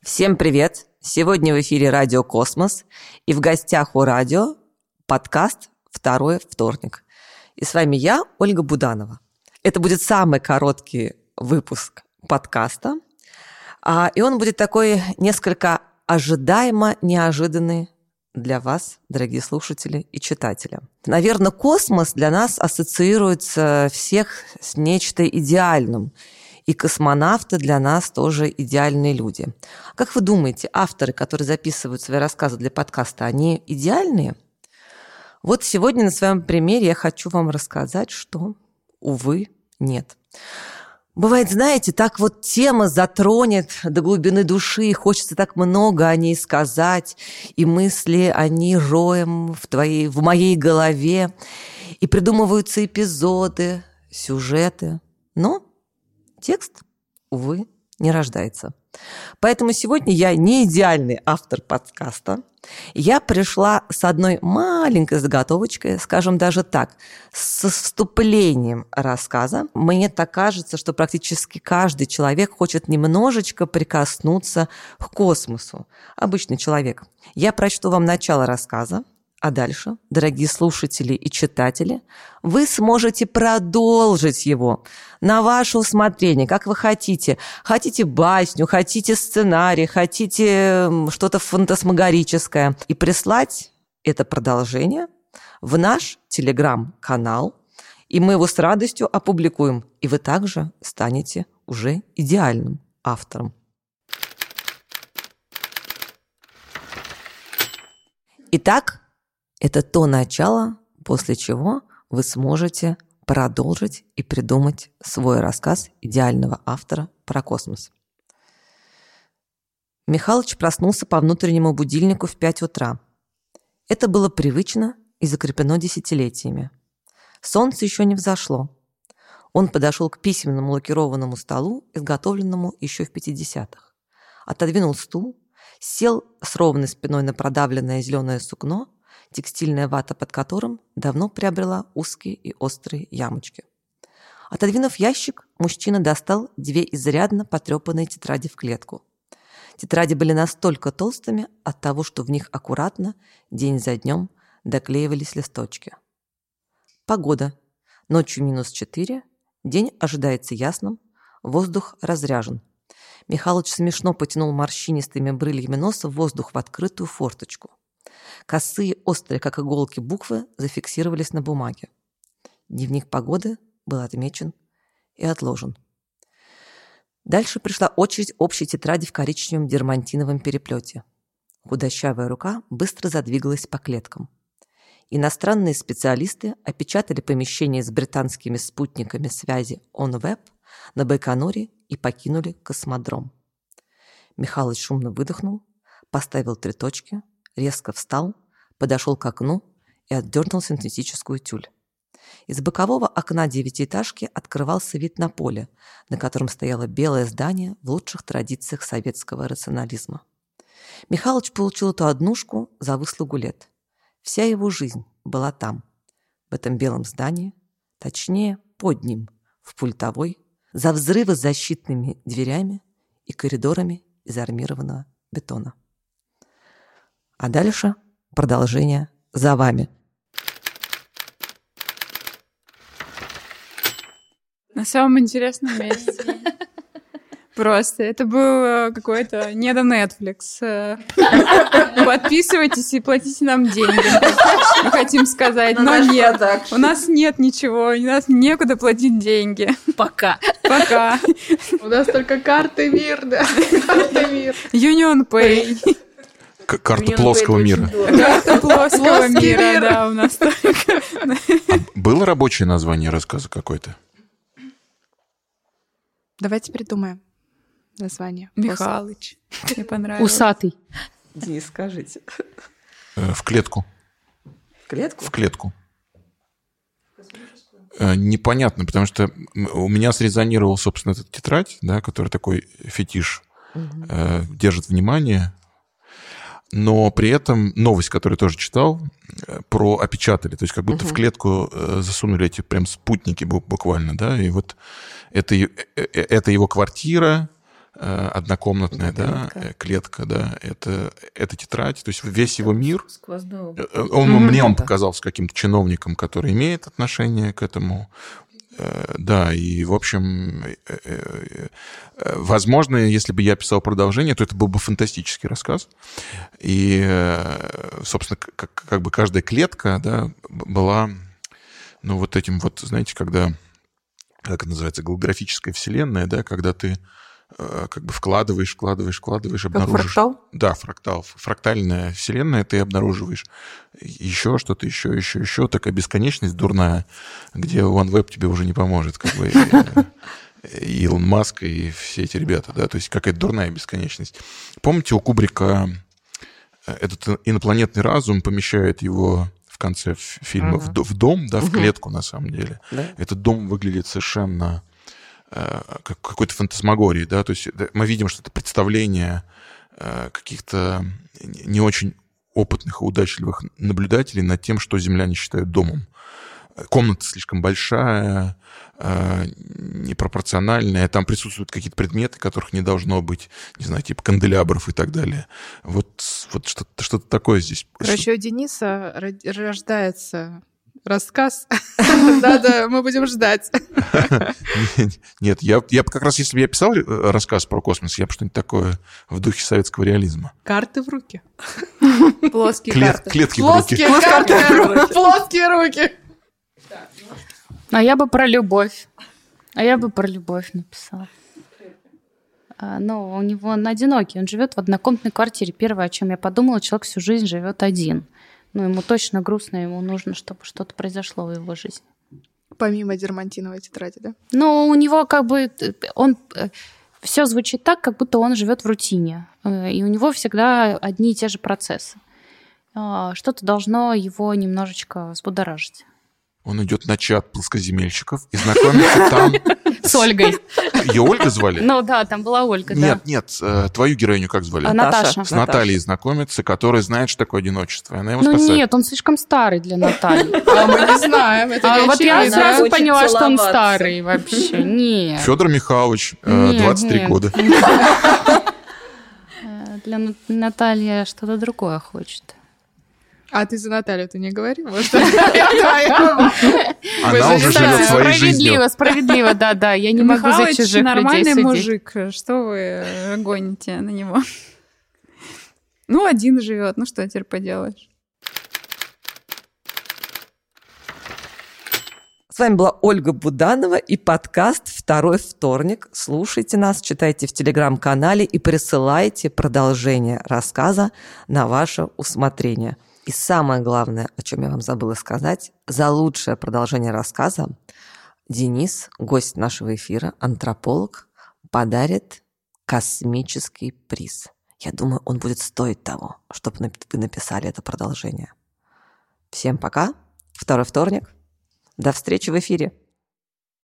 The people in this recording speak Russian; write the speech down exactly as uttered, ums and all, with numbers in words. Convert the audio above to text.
Всем привет! Сегодня в эфире Радио Космос, и в гостях у радио подкаст «Второй вторник». И с вами я, Ольга Буданова. Это будет самый короткий выпуск подкаста, и он будет такой несколько ожидаемо неожиданный для вас, дорогие слушатели и читатели. Наверное, космос для нас ассоциируется всех с нечто идеальным, и космонавты для нас тоже идеальные люди. Как вы думаете, авторы, которые записывают свои рассказы для подкаста, они идеальные? Вот сегодня на своем примере я хочу вам рассказать, что, увы, нет. Бывает, знаете, так вот тема затронет до глубины души, и хочется так много о ней сказать, и мысли о ней роем в, твоей, в моей голове, и придумываются эпизоды, сюжеты, но текст, увы, не рождается. Поэтому сегодня я не идеальный автор подкаста. Я пришла с одной маленькой заготовочкой, скажем даже так, с вступлением рассказа. Мне так кажется, что практически каждый человек хочет немножечко прикоснуться к космосу. Обычный человек. Я прочту вам начало рассказа. А дальше, дорогие слушатели и читатели, вы сможете продолжить его на ваше усмотрение, как вы хотите. Хотите басню, хотите сценарий, хотите что-то фантасмагорическое. И прислать это продолжение в наш телеграм-канал, и мы его с радостью опубликуем. И вы также станете уже идеальным автором. Итак, это то начало, после чего вы сможете продолжить и придумать свой рассказ идеального автора про космос. Михалыч проснулся по внутреннему будильнику в пять утра. Это было привычно и закреплено десятилетиями. Солнце еще не взошло. Он подошел к письменному лакированному столу, изготовленному еще в пятидесятых. Отодвинул стул, сел с ровной спиной на продавленное зеленое сукно, текстильная вата под которым давно приобрела узкие и острые ямочки. Отодвинув ящик, мужчина достал две изрядно потрепанные тетради в клетку. Тетради были настолько толстыми от того, что в них аккуратно, день за днем, доклеивались листочки. Погода. Ночью минус четыре, день ожидается ясным, воздух разряжен. Михалыч смешно потянул морщинистыми брыльями носа воздух в открытую форточку. Косые, острые, как иголки, буквы зафиксировались на бумаге. Дневник погоды был отмечен и отложен. Дальше пришла очередь общей тетради в коричневом дермантиновом переплете. Худощавая рука быстро задвигалась по клеткам. Иностранные специалисты опечатали помещение с британскими спутниками связи OneWeb на Байконуре и покинули космодром. Михалыч шумно выдохнул, поставил три точки, резко встал, подошел к окну и отдернул синтетическую тюль. Из бокового окна девятиэтажки открывался вид на поле, на котором стояло белое здание в лучших традициях советского рационализма. Михалыч получил эту однушку за выслугу лет. Вся его жизнь была там, в этом белом здании, точнее, под ним, в пультовой, за взрывы с защитными дверями и коридорами из армированного бетона. А дальше продолжение за вами. На самом интересном месте. Просто. Это был какой-то не до Netflix. Подписывайтесь и платите нам деньги. Мы хотим сказать, но нет. У нас нет ничего, у нас некуда платить деньги. Пока. Пока. У нас только карты мир, да. Карты мир. Union Pay. Карта плоского мира. Карта плоского мира, да, у нас только. Было рабочее название рассказа какое-то? Давайте придумаем название. Михалыч. Мне понравилось. Усатый. Денис, скажите. В клетку. В клетку? В клетку. Непонятно, потому что у меня срезонировала, собственно, эта тетрадь, да, которая такой фетиш угу. э, держит внимание. Но при этом новость, которую я тоже читал, про опечатали. То есть как будто uh-huh. в клетку засунули эти прям спутники буквально, да, и вот это, это его квартира, однокомнатная, да, клетка, клетка да, это, это тетрадь, то есть весь его мир, сквозной. Он, mm-hmm. Мне он показался каким-то чиновником, который имеет отношение к этому, да, и, в общем, возможно, если бы я писал продолжение, то это был бы фантастический рассказ, и, собственно, как, как бы каждая клетка, да, была, ну, вот этим вот, знаете, когда, как это называется, голографическая вселенная, да, когда ты как бы вкладываешь, вкладываешь, вкладываешь, обнаружишь. Как фрактал? Да, фрактал. Фрактальная вселенная, ты обнаруживаешь еще что-то, еще, еще, еще. Такая бесконечность дурная, где OneWeb тебе уже не поможет, как бы, и Илон Маск, и все эти ребята, да, то есть какая-то дурная бесконечность. Помните, у Кубрика этот инопланетный разум помещает его в конце фильма ага. в дом, да, в клетку, на самом деле. Да? Этот дом выглядит совершенно как какой-то фантасмагории, да, то есть мы видим, что это представление каких-то не очень опытных и удачливых наблюдателей над тем, что земляне считают домом. Комната слишком большая, непропорциональная, там присутствуют какие-то предметы, которых не должно быть, не знаю, типа канделябров и так далее. Вот, вот что-то, что-то такое здесь. Короче, у Дениса рождается рассказ. Да-да, мы будем ждать. Нет, я, я как раз, если бы я писал рассказ про космос, я бы что-нибудь такое в духе советского реализма. Карты в руки. Плоские Клет, карты. Клетки Плоские в руки. карты. Плоские руки. А я бы про любовь. А я бы про любовь написала. А, ну, у него он одинокий, он живет в однокомнатной квартире. Первое, о чем я подумала, человек всю жизнь живет один. Ну, ему точно грустно, ему нужно, чтобы что-то произошло в его жизни. Помимо дермантиновой тетради, да? Ну, у него как бы... он все звучит так, как будто он живет в рутине. И у него всегда одни и те же процессы. Что-то должно его немножечко взбудоражить. Он идет на чат плоскоземельщиков и знакомится там... С Ольгой. Ее Ольга звали? Ну да, там была Ольга, да. Нет, нет, твою героиню как звали? Наташа. С Натальей знакомится, которая знает, что такое одиночество. Она его ну спасает. Нет, он слишком старый для Натальи. А мы не знаем. Это а вот я сразу поняла, целоваться. что он старый вообще. Нет. Федор Михайлович, Нет, двадцать три нет. года. Для Натальи что-то другое хочет. А ты за Наталью-то не говори, может? Она уже живет своей жизнью. Справедливо, справедливо, да-да. Я не могу за Михалыч чужих людей нормальный судить. мужик. Что вы гоните на него? Ну, один живет. Ну, что теперь поделаешь? С вами была Ольга Буданова и подкаст «Второй вторник». Слушайте нас, читайте в Телеграм-канале и присылайте продолжение рассказа на ваше усмотрение. И самое главное, о чем я вам забыла сказать, за лучшее продолжение рассказа Денис, гость нашего эфира, антрополог, подарит космический приз. Я думаю, он будет стоить того, чтобы вы написали это продолжение. Всем пока. Второй вторник. До встречи в эфире.